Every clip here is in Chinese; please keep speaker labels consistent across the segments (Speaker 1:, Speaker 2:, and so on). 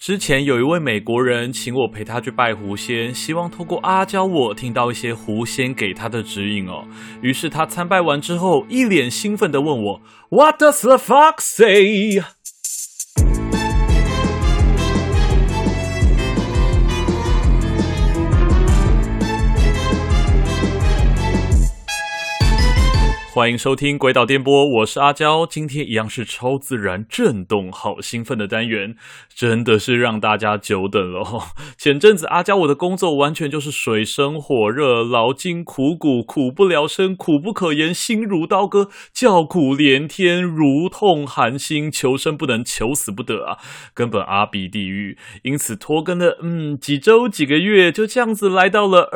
Speaker 1: 之前有一位美国人请我陪他去拜狐仙，希望透过阿交我听到一些狐仙给他的指引哦。于是他参拜完之后，一脸兴奋地问我 What does the fox say？欢迎收听鬼岛电波，我是阿交。今天一样是超自然震动好兴奋的单元，真的是让大家久等了哦。前阵子阿交我的工作完全就是水深火热，劳筋苦骨，苦不聊生，苦不可言，心如刀割，叫苦连天，如痛寒心，求生不能，求死不得啊，根本阿鼻地狱。因此拖更了几周几个月，就这样子来到了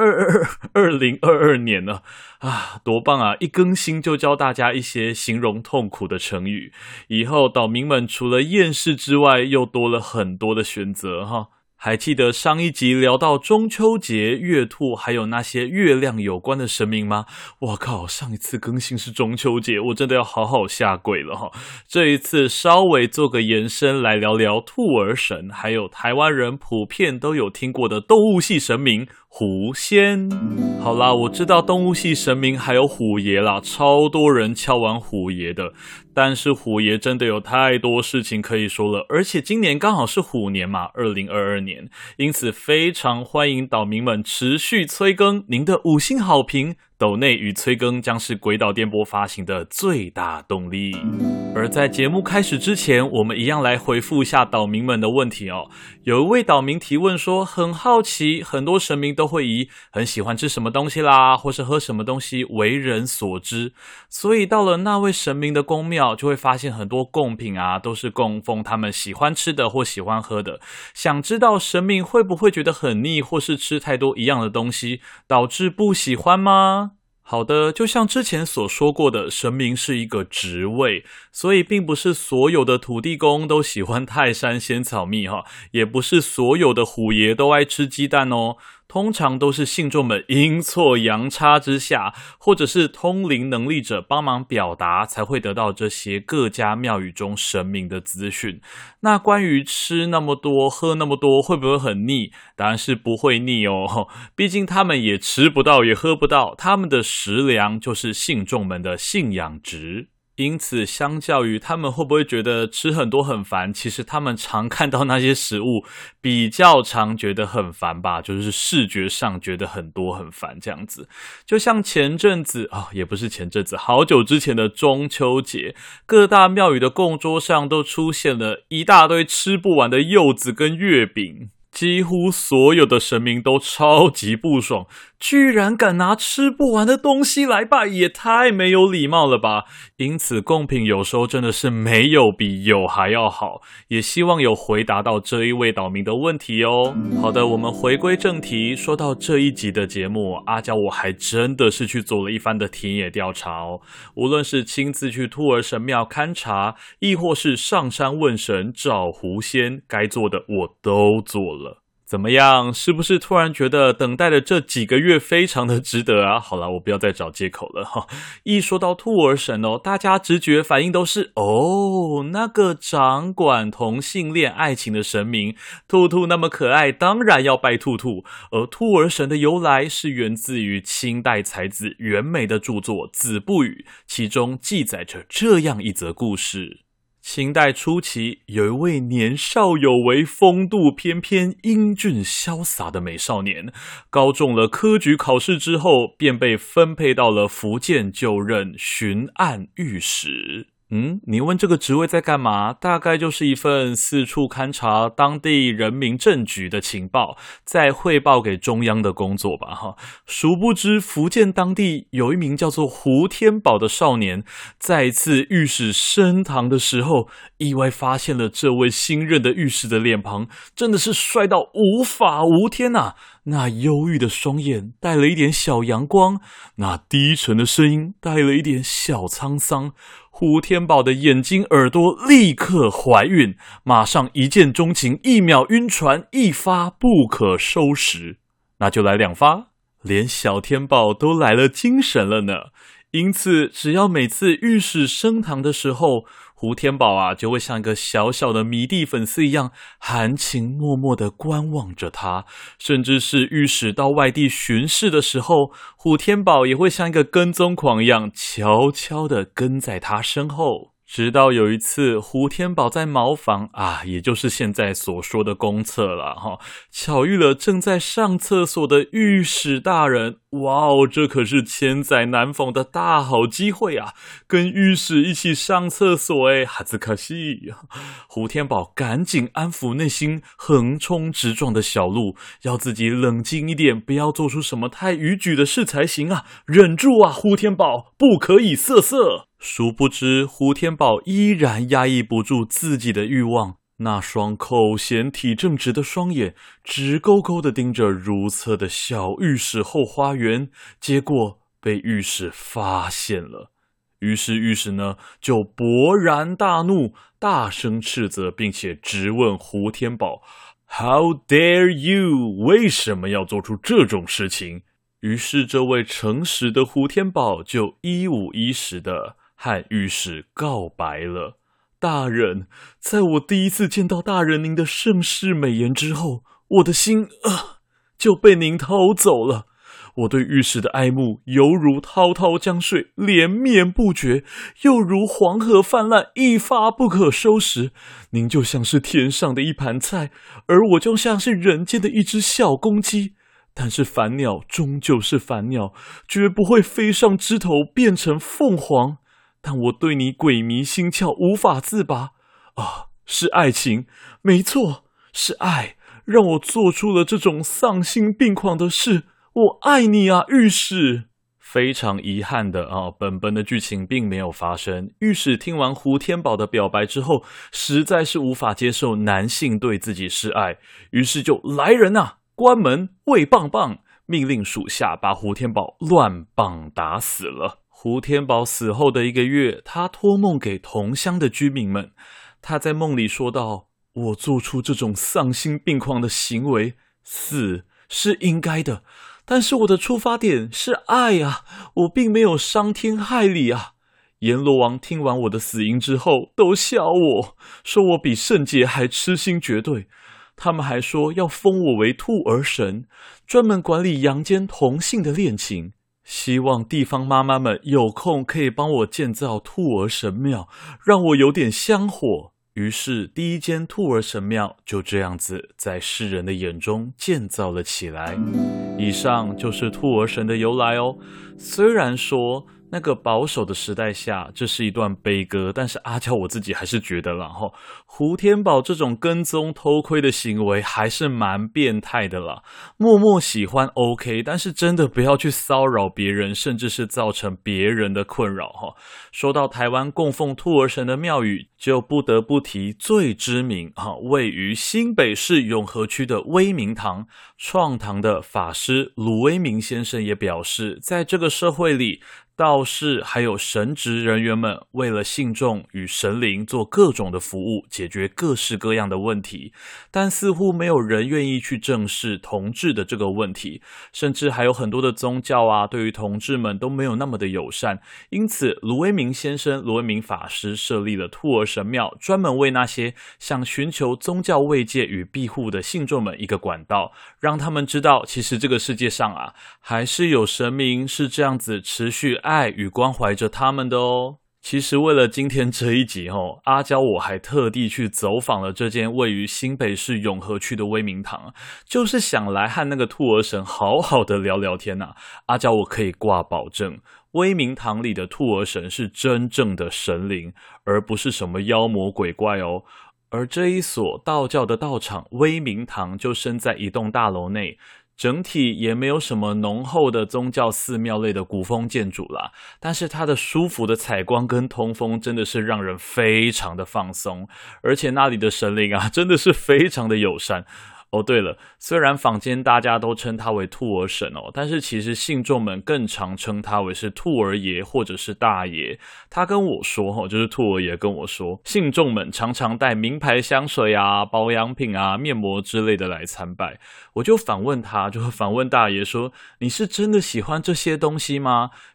Speaker 1: 2022年了啊，多棒啊！一更新就教大家一些形容痛苦的成语，以后岛民们除了厌世之外，又多了很多的选择哈。还记得上一集聊到中秋节、月兔还有那些月亮有关的神明吗？哇靠，上一次更新是中秋节，我真的要好好下跪了哈。这一次稍微做个延伸来聊聊兔儿神，还有台湾人普遍都有听过的动物系神明狐仙。好啦，我知道动物系神明还有虎爷啦，超多人敲完虎爷的，但是虎爷真的有太多事情可以说了，而且今年刚好是虎年嘛，2022年，因此非常欢迎岛民们持续催更，您的5星好评斗内与催更将是鬼岛电波发行的最大动力。而在节目开始之前，我们一样来回复一下岛民们的问题哦。有一位岛民提问说，很好奇，很多神明都会以很喜欢吃什么东西啦，或是喝什么东西为人所知，所以到了那位神明的宫庙，就会发现很多贡品啊，都是供奉他们喜欢吃的或喜欢喝的。想知道神明会不会觉得很腻，或是吃太多一样的东西，导致不喜欢吗？好的，就像之前所说过的，神明是一个职位，所以并不是所有的土地公都喜欢泰山仙草蜜哈，也不是所有的虎爷都爱吃鸡蛋哦。通常都是信众们阴错阳差之下，或者是通灵能力者帮忙表达，才会得到这些各家庙宇中神明的资讯。那关于吃那么多喝那么多会不会很腻？当然是不会腻哦，毕竟他们也吃不到也喝不到，他们的食粮就是信众们的信仰值。因此相较于他们会不会觉得吃很多很烦，其实他们常看到那些食物比较常觉得很烦吧，就是视觉上觉得很多很烦这样子。就像前阵子也不是前阵子，好久之前的中秋节，各大庙宇的供桌上都出现了一大堆吃不完的柚子跟月饼，几乎所有的神明都超级不爽，居然敢拿吃不完的东西来拜，也太没有礼貌了吧。因此贡品有时候真的是没有比有还要好，也希望有回答到这一位岛民的问题哦。好的，我们回归正题，说到这一集的节目，阿交我还真的是去做了一番的田野调查哦。无论是亲自去兔儿神庙勘察，亦或是上山问神找狐仙，该做的我都做了。怎么样？是不是突然觉得等待的这几个月非常的值得啊？好啦，我不要再找借口了哈。一说到兔儿神哦，大家直觉反应都是那个掌管同性恋爱情的神明，兔兔那么可爱，当然要拜兔兔。而兔儿神的由来是源自于清代才子袁枚的著作《子不语》，其中记载着这样一则故事。清代初期，有一位年少有为、风度翩翩、英俊潇洒的美少年，高中了科举考试之后，便被分配到了福建就任巡按御史。你问这个职位在干嘛？大概就是一份四处勘察当地人民政局的情报，再汇报给中央的工作吧哈。殊不知福建当地有一名叫做胡天宝的少年，在一次御史升堂的时候，意外发现了这位新任的御史的脸庞真的是帅到无法无天啊。那忧郁的双眼带了一点小阳光，那低沉的声音带了一点小沧桑。胡天宝的眼睛耳朵立刻怀孕，马上一见钟情，一秒晕船，一发不可收拾。那就来2发，连小天宝都来了精神了呢。因此只要每次御史升堂的时候， 胡天宝啊就会像一个小小的迷弟粉丝一样，含情脉脉地观望着他。甚至是御史到外地巡视的时候，胡天宝也会像一个跟踪狂一样，悄悄地跟在他身后。直到有一次，胡天宝在茅房啊，也就是现在所说的公厕了哈，巧遇了正在上厕所的御史大人。哇哦，这可是千载难逢的大好机会啊！跟御史一起上厕所，哈兹卡西。胡天宝赶紧安抚内心横冲直撞的小鹿，要自己冷静一点，不要做出什么太逾矩的事才行啊！忍住啊，胡天宝，不可以色色。殊不知，胡天宝依然压抑不住自己的欲望，那双口嫌体正直的双眼直勾勾地盯着如厕的小御史后花园，结果被御史发现了。于是御史呢就勃然大怒，大声斥责，并且质问胡天宝 How dare you？ 为什么要做出这种事情？于是这位诚实的胡天宝就150的和御史告白了。大人，在我第一次见到大人您的盛世美颜之后，我的心就被您偷走了。我对御史的爱慕犹如滔滔江水，连绵不绝，又如黄河泛滥，一发不可收拾。您就像是天上的一盘菜，而我就像是人间的一只小公鸡。但是凡鸟终究是凡鸟，绝不会飞上枝头变成凤凰。但我对你鬼迷心窍，无法自拔是爱情，没错，是爱，让我做出了这种丧心病狂的事。我爱你啊，御史。非常遗憾的本的剧情并没有发生。御史听完胡天宝的表白之后，实在是无法接受男性对自己示爱，于是就来人啊，关门喂棒棒，命令属下把胡天宝乱棒打死了。胡天宝死后的1个月，他托梦给同乡的居民们，他在梦里说道：我做出这种丧心病狂的行为，死是应该的，但是我的出发点是爱啊，我并没有伤天害理啊。阎罗王听完我的死因之后，都笑我，说我比圣杰还痴心绝对。他们还说要封我为兔儿神，专门管理阳间同性的恋情。希望地方妈妈们有空可以帮我建造兔儿神庙，让我有点香火。于是第一间兔儿神庙就这样子在世人的眼中建造了起来。以上就是兔儿神的由来哦。虽然说那个保守的时代下，这是一段悲歌，但是阿娇我自己还是觉得啦胡天宝这种跟踪偷窥的行为还是蛮变态的啦。默默喜欢 OK， 但是真的不要去骚扰别人，甚至是造成别人的困扰说到台湾供奉兔儿神的庙宇，就不得不提最知名位于新北市永和区的威明堂。创堂的法师鲁威明先生也表示，在这个社会里，道士还有神职人员们为了信众与神灵做各种的服务，解决各式各样的问题，但似乎没有人愿意去正视同志的这个问题，甚至还有很多的宗教对于同志们都没有那么的友善。因此卢威明先生、卢威明法师设立了兔儿神庙，专门为那些想寻求宗教慰藉与庇护的信众们一个管道，让他们知道其实这个世界上还是有神明是这样子持续爱与关怀着他们的哦。其实为了今天这一集阿娇我还特地去走访了这间位于新北市永和区的威明堂，就是想来和那个兔儿神好好的聊聊天阿娇我可以挂保证，威明堂里的兔儿神是真正的神灵，而不是什么妖魔鬼怪哦。而这一所道教的道场威明堂就身在一栋大楼内，整体也没有什么浓厚的宗教寺庙类的古风建筑啦，但是它的舒服的采光跟通风真的是让人非常的放松，而且那里的神灵真的是非常的友善。对了，虽然坊间大家都称他为兔儿神但是其实信众们更常称他为是兔儿爷或者是大爷。他跟我说就是兔儿爷跟我说，信众们常常带名牌香水保养品面膜之类的来参拜。我就反问他，就反问大爷说，你是真的喜欢这些东西吗？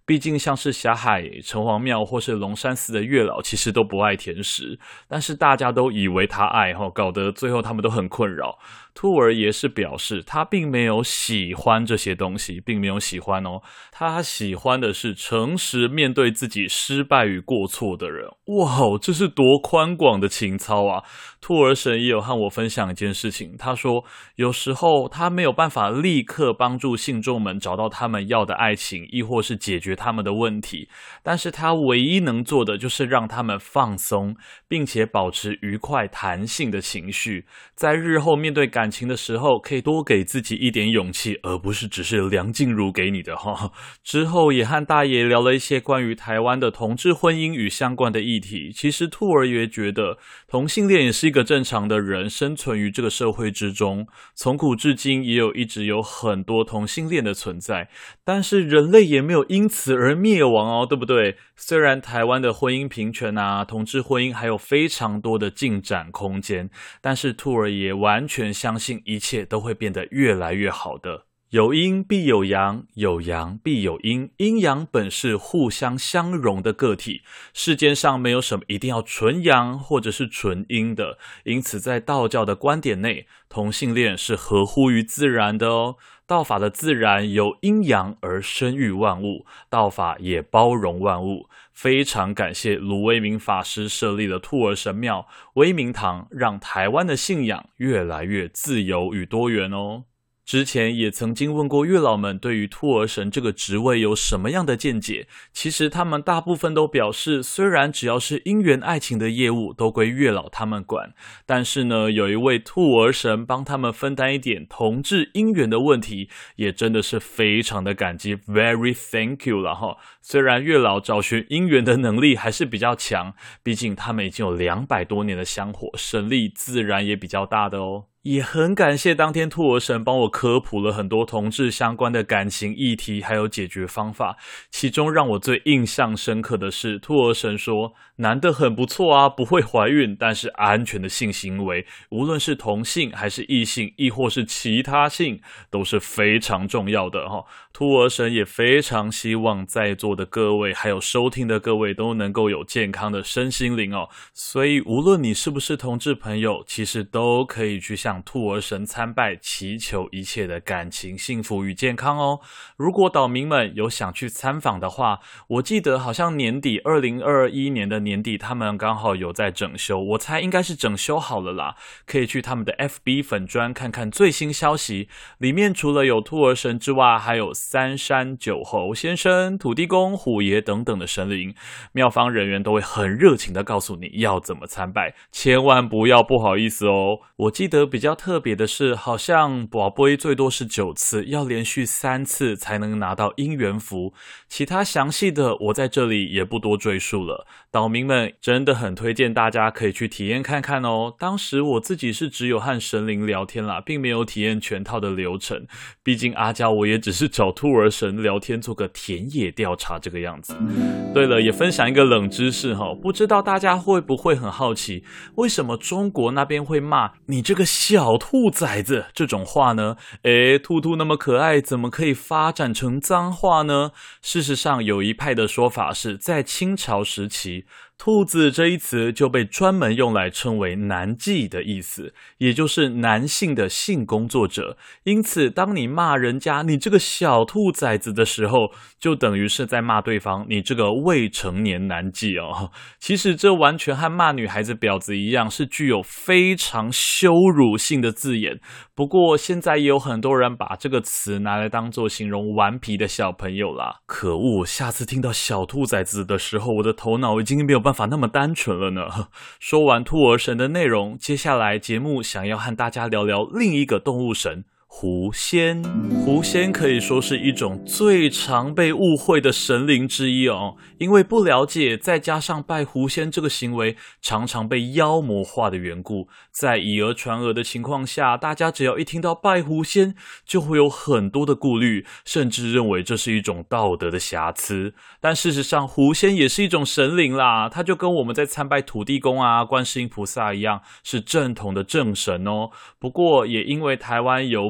Speaker 1: 毕竟像是霞海城隍庙或是龙山寺的月老其实都不爱甜食，但是大家都以为他爱，搞得最后他们都很困扰。兔儿爷是表示他并没有喜欢这些东西，并没有喜欢哦，他喜欢的是诚实面对自己失败与过错的人。哇，这是多宽广的情操啊！兔儿神也有和我分享一件事情，他说有时候他没有办法立刻帮助信众们找到他们要的爱情，亦或是解决他们的问题，但是他唯一能做的就是让他们放松，并且保持愉快弹性的情绪，在日后面对感情的时候可以多给自己一点勇气，而不是只是梁静茹给你的哈。之后也和大爷聊了一些关于台湾的同志婚姻与相关的议题。其实兔儿爷觉得同性恋也是一个正常的人，生存于这个社会之中，从古至今也一直有很多同性恋的存在，但是人类也没有因此而灭亡哦，对不对？虽然台湾的婚姻平权啊，同志婚姻还有非常多的进展空间，但是兔儿爷完全相信一切都会变得越来越好的。有阴必有阳，有阳必有阴，阴阳本是互相相容的个体，世间上没有什么一定要纯阳或者是纯阴的，因此在道教的观点内，同性恋是合乎于自然的哦。道法的自然由阴阳而生育万物，道法也包容万物。非常感谢卢威明法师设立了兔儿神庙、威明堂，让台湾的信仰越来越自由与多元哦。之前也曾经问过月老们对于兔儿神这个职位有什么样的见解，其实他们大部分都表示，虽然只要是姻缘爱情的业务都归月老他们管，但是呢，有一位兔儿神帮他们分担一点同志姻缘的问题，也真的是非常的感激 ，very thank you 啦齁。虽然月老找寻姻缘的能力还是比较强，毕竟他们已经有200多年的香火，神力自然也比较大的哦。也很感谢当天兔儿神帮我科普了很多同志相关的感情议题还有解决方法，其中让我最印象深刻的是兔儿神说，男的很不错啊，不会怀孕，但是安全的性行为，无论是同性还是异性亦或是其他性，都是非常重要的齁。兔儿神也非常希望在座的各位还有收听的各位都能够有健康的身心灵哦，所以无论你是不是同志朋友，其实都可以去向兔儿神参拜，祈求一切的感情幸福与健康哦。如果岛民们有想去参访的话，我记得好像年底2021年的年底他们刚好有在整修，我猜应该是整修好了啦，可以去他们的 FB 粉专看看最新消息，里面除了有兔儿神之外，还有三山九侯先生、土地公、虎爷等等的神灵，庙方人员都会很热情的告诉你要怎么参拜，千万不要不好意思哦。我记得比较特别的是，好像跋杯最多是9次，要连续3次才能拿到姻缘符，其他详细的我在这里也不多赘述了，岛民们真的很推荐大家可以去体验看看哦。当时我自己是只有和神灵聊天啦，并没有体验全套的流程，毕竟阿娇我也只是找兔儿神聊天做个田野调查这个样子。对了，也分享一个冷知识不知道大家会不会很好奇，为什么中国那边会骂你这个小兔崽子这种话呢？兔兔那么可爱，怎么可以发展成脏话呢？事实上有一派的说法是，在清朝时期，兔子这一词就被专门用来称为男妓的意思，也就是男性的性工作者。因此当你骂人家你这个小兔崽子的时候，就等于是在骂对方你这个未成年男妓哦。其实这完全和骂女孩子婊子一样，是具有非常羞辱性的字眼。不过现在也有很多人把这个词拿来当作形容顽皮的小朋友啦。可恶，下次听到小兔崽子的时候，我的头脑已经没有办法那么单纯了呢。说完兔儿神的内容，接下来节目想要和大家聊聊另一个动物神狐仙。狐仙可以说是一种最常被误会的神灵之一哦，因为不了解，再加上拜狐仙这个行为常常被妖魔化的缘故，在以讹传讹的情况下，大家只要一听到拜狐仙，就会有很多的顾虑，甚至认为这是一种道德的瑕疵。但事实上，狐仙也是一种神灵啦，它就跟我们在参拜土地公啊、观世音菩萨一样，是正统的正神哦。不过也因为台湾有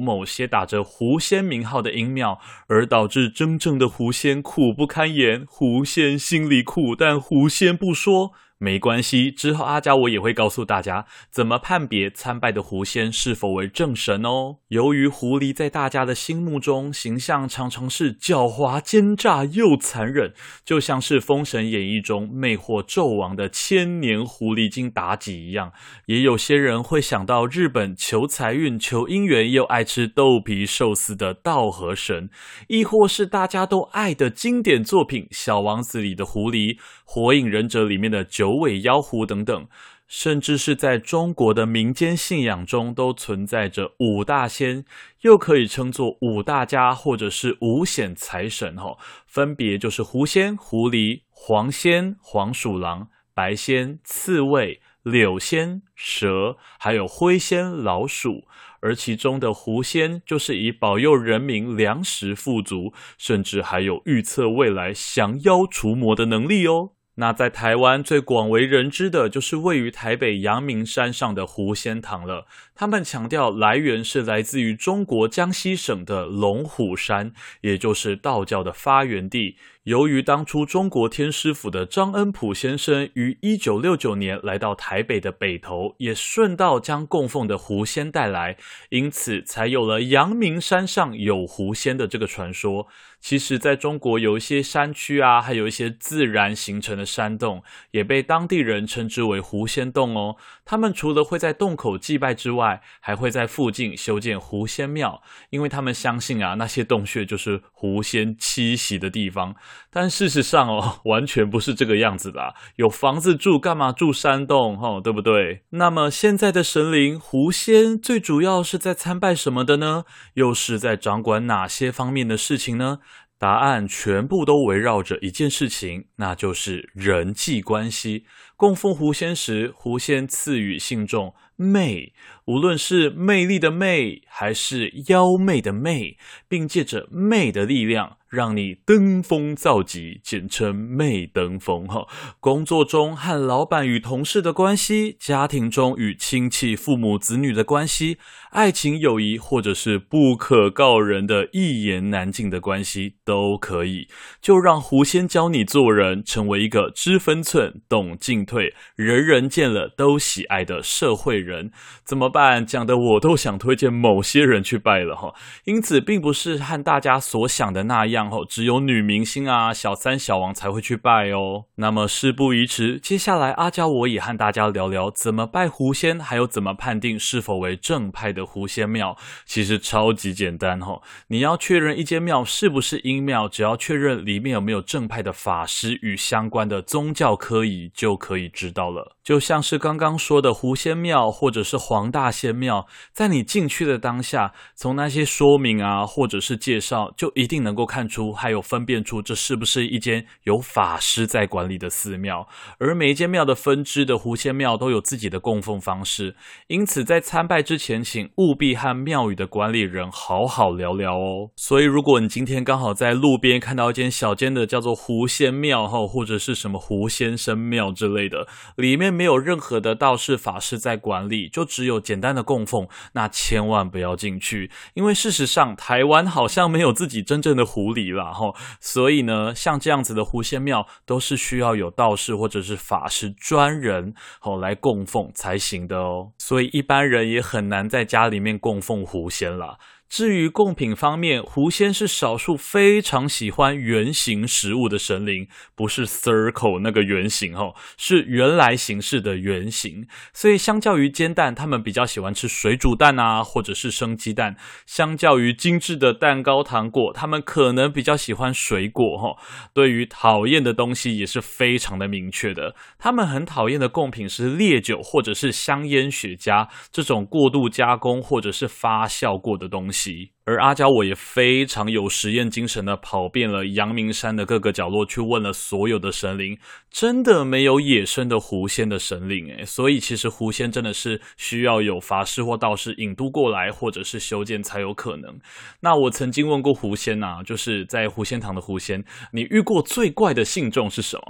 Speaker 1: 某些打着狐仙名号的阴庙，而导致真正的狐仙苦不堪言，狐仙心里苦，但狐仙不说。没关系，之后阿交我也会告诉大家怎么判别参拜的狐仙是否为正神哦。由于狐狸在大家的心目中形象常常是狡猾奸诈又残忍，就像是《封神演义》中魅惑纣王的千年狐狸精妲己一样。也有些人会想到日本求财运求姻缘又爱吃豆皮寿司的稻荷神，亦或是大家都爱的经典作品《小王子》里的狐狸，火影忍者里面的九尾妖狐等等，甚至是在中国的民间信仰中都存在着五大仙，又可以称作五大家或者是五显财神，分别就是狐仙、狐狸、黄仙、黄鼠狼、白仙、刺猬、柳仙、蛇，还有灰仙、老鼠。而其中的狐仙就是以保佑人民粮食富足，甚至还有预测未来降妖除魔的能力哦。那在台湾最广为人知的就是位于台北阳明山上的狐仙堂了。他们强调来源是来自于中国江西省的龙虎山，也就是道教的发源地。由于当初中国天师府的张恩溥先生于1969年来到台北的北投，也顺道将供奉的狐仙带来，因此才有了阳明山上有狐仙的这个传说。其实在中国有一些山区啊，还有一些自然形成的山洞，也被当地人称之为狐仙洞哦。他们除了会在洞口祭拜之外，还会在附近修建狐仙庙，因为他们相信啊，那些洞穴就是狐仙栖息的地方。但事实上完全不是这个样子啦，有房子住干嘛住山洞对不对？那么现在的神灵狐仙最主要是在参拜什么的呢？又是在掌管哪些方面的事情呢？答案全部都围绕着一件事情，那就是人际关系。供奉狐仙时，狐仙赐予信众媚，无论是魅力的媚还是妖媚的媚，并借着媚的力量让你登峰造极，简称媚登峰。工作中和老板与同事的关系，家庭中与亲戚父母子女的关系，爱情友谊或者是不可告人的一言难尽的关系都可以。就让狐仙教你做人，成为一个知分寸懂进退，人人见了都喜爱的社会人。怎么办？讲的我都想推荐某些人去拜了。因此并不是和大家所想的那样只有女明星啊小三小王才会去拜哦。那么事不宜迟，接下来阿交我也和大家聊聊怎么拜狐仙，还有怎么判定是否为正派的狐仙庙。其实超级简单你要确认一间庙是不是阴庙，只要确认里面有没有正派的法师与相关的宗教科仪就可以知道了。就像是刚刚说的狐仙庙或者是黄大仙庙，在你进去的当下，从那些说明啊或者是介绍就一定能够看出还有分辨出这是不是一间有法师在管理的寺庙。而每一间庙的分支的狐仙庙都有自己的供奉方式，因此在参拜之前请务必和庙宇的管理人好好聊聊哦。所以如果你今天刚好在路边看到一间小间的叫做狐仙庙或者是什么狐先生庙之类的，里面没有任何的道士法师在管理，就只有简单的供奉，那千万不要进去。因为事实上台湾好像没有自己真正的狐狸啦所以呢像这样子的狐仙庙都是需要有道士或者是法师专人来供奉才行的哦。所以一般人也很难在家里面供奉狐仙啦。至于贡品方面，狐仙是少数非常喜欢圆形食物的神灵，不是 circle 那个圆形是原来形式的圆形。所以相较于煎蛋，他们比较喜欢吃水煮蛋啊，或者是生鸡蛋。相较于精致的蛋糕糖果，他们可能比较喜欢水果对于讨厌的东西也是非常的明确的。他们很讨厌的贡品是烈酒或者是香烟雪茄这种过度加工或者是发酵过的东西。而阿交我也非常有实验精神的跑遍了阳明山的各个角落，去问了所有的神灵，真的没有野生的狐仙的神灵所以其实狐仙真的是需要有法师或道士引渡过来，或者是修建才有可能。那我曾经问过狐仙就是在狐仙堂的狐仙，你遇过最怪的信众是什么？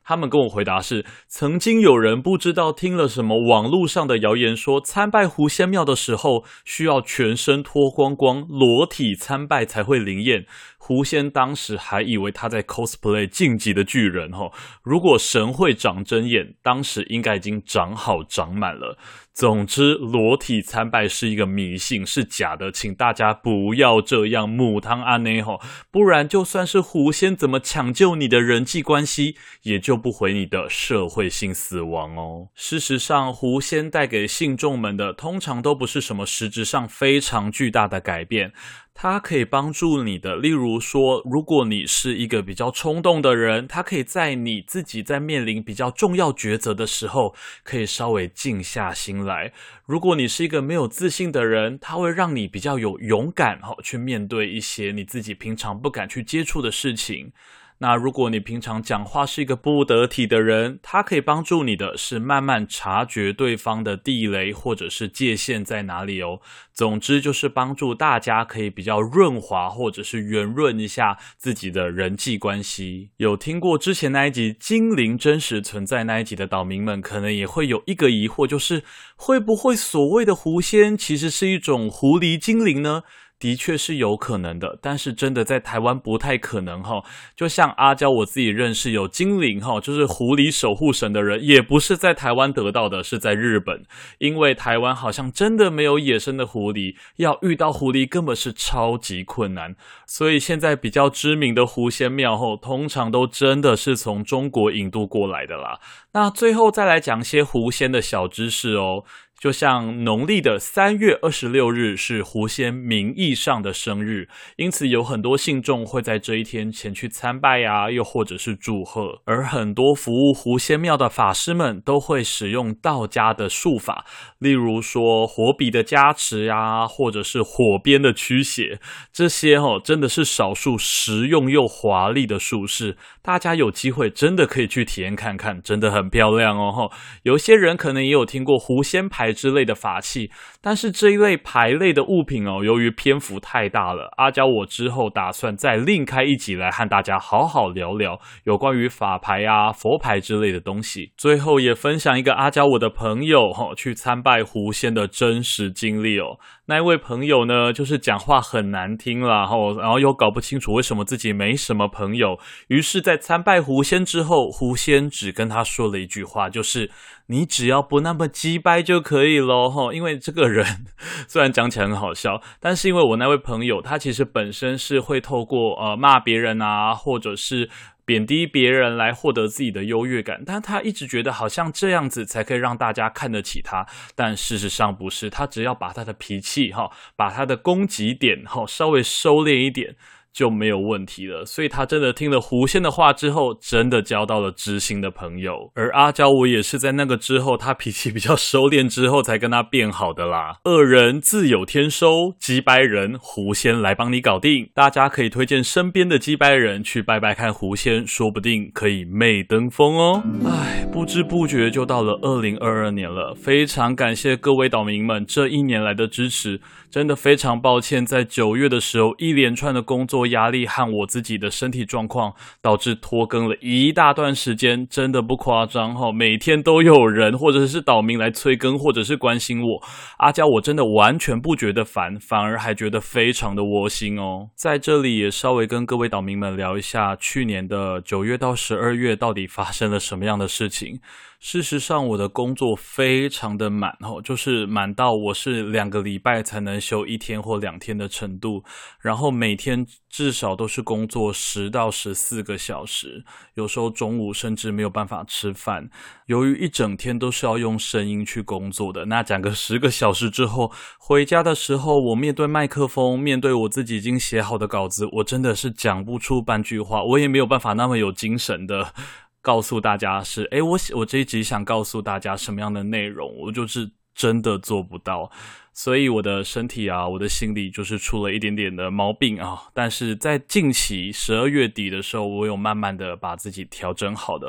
Speaker 1: 他们跟我回答是，曾经有人不知道听了什么网络上的谣言说，参拜狐仙庙的时候需要全身脱光光裸体参拜才会灵验，狐仙当时还以为他在 cosplay 晋级的巨人如果神会长针眼，当时应该已经长好长满了。总之，裸体参拜是一个迷信，是假的，请大家不要这样母汤安内不然就算是狐仙怎么抢救你的人际关系，也救不回你的社会性死亡哦。事实上，狐仙带给信众们的通常都不是什么实质上非常巨大的改变，它可以帮助你的，例如说，如果你是一个比较冲动的人，它可以在你自己在面临比较重要抉择的时候，可以稍微静下心来。如果你是一个没有自信的人，它会让你比较有勇敢去面对一些你自己平常不敢去接触的事情。那如果你平常讲话是一个不得体的人，它可以帮助你的是慢慢察觉对方的地雷或者是界限在哪里哦。总之就是帮助大家可以比较润滑或者是圆润一下自己的人际关系。有听过之前那一集精灵真实存在那一集的岛民们，可能也会有一个疑惑，就是会不会所谓的狐仙其实是一种狐狸精灵呢？的确是有可能的，但是真的在台湾不太可能就像阿娇我自己认识有精灵就是狐狸守护神的人，也不是在台湾得到的，是在日本。因为台湾好像真的没有野生的狐狸，要遇到狐狸根本是超级困难。所以现在比较知名的狐仙庙通常都真的是从中国引渡过来的啦。那最后再来讲些狐仙的小知识哦。就像农历的3月26日是狐仙名义上的生日，因此有很多信众会在这一天前去参拜啊，又或者是祝贺。而很多服务狐仙庙的法师们都会使用道家的术法，例如说火笔的加持啊，或者是火鞭的驱邪，这些真的是少数实用又华丽的术式，大家有机会真的可以去体验看看，真的很漂亮哦。有些人可能也有听过狐仙牌之类的法器，但是这一类牌类的物品由于篇幅太大了，阿娇我之后打算再另开一集来和大家好好聊聊有关于法牌啊、佛牌之类的东西。最后也分享一个阿娇我的朋友去参拜狐仙的真实经历哦。那一位朋友呢，就是讲话很难听啦，然后又搞不清楚为什么自己没什么朋友，于是在参拜狐仙之后，狐仙只跟他说了一句话，就是你只要不那么鸡掰就可以咯。因为这个人虽然讲起来很好笑，但是因为我那位朋友他其实本身是会透过骂别人啊，或者是贬低别人来获得自己的优越感，但他一直觉得好像这样子才可以让大家看得起他，但事实上不是，他只要把他的脾气把他的攻击点稍微收敛一点就没有问题了。所以他真的听了狐仙的话之后，真的交到了知心的朋友。而阿娇我也是在那个之后，他脾气比较收敛之后才跟他变好的啦。恶人自有天收，鸡掰人狐仙来帮你搞定。大家可以推荐身边的鸡掰人去拜拜看狐仙，说不定可以媚登峰哦。不知不觉就到了2022年了，非常感谢各位岛民们这一年来的支持，真的非常抱歉在9月的时候一连串的工作压力和我自己的身体状况导致拖更了一大段时间，真的不夸张每天都有人或者是岛民来催更或者是关心我。阿娇我真的完全不觉得烦，反而还觉得非常的窝心哦。在这里也稍微跟各位岛民们聊一下去年的9月到12月到底发生了什么样的事情。事实上我的工作非常的满就是满到我是2个礼拜才能休1天或2天的程度，然后每天至少都是工作10到14个小时，有时候中午甚至没有办法吃饭。由于一整天都是要用声音去工作的，那讲个10个小时之后回家的时候，我面对麦克风，面对我自己已经写好的稿子，我真的是讲不出半句话，我也没有办法那么有精神的告诉大家是我这一集想告诉大家什么样的内容，我就是真的做不到。所以我的身体啊，我的心理就是出了一点点的毛病啊，但是在近期12月底的时候，我有慢慢的把自己调整好的。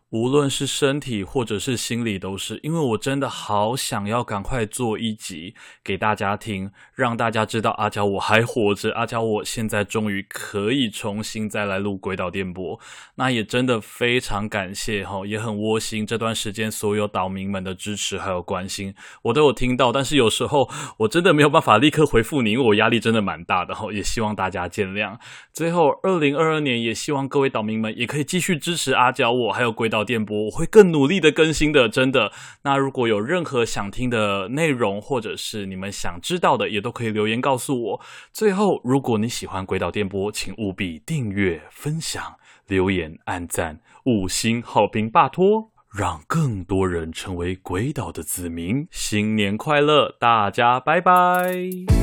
Speaker 1: 无论是身体或者是心理都是，因为我真的好想要赶快做一集给大家听，让大家知道阿交我还活着，阿交我现在终于可以重新再来录轨道电波。那也真的非常感谢也很窝心这段时间所有岛民们的支持还有关心，我都有听到，但是有时候我真的没有办法立刻回复你，因为我压力真的蛮大的也希望大家见谅。最后2022年也希望各位岛民们也可以继续支持阿交我还有轨道电波，我会更努力的更新的，真的。那如果有任何想听的内容或者是你们想知道的，也都可以留言告诉我。最后，如果你喜欢轨道电波，请务必订阅、分享、留言、按赞、5星好评，拜托，让更多人成为轨道的子民。新年快乐，大家拜拜。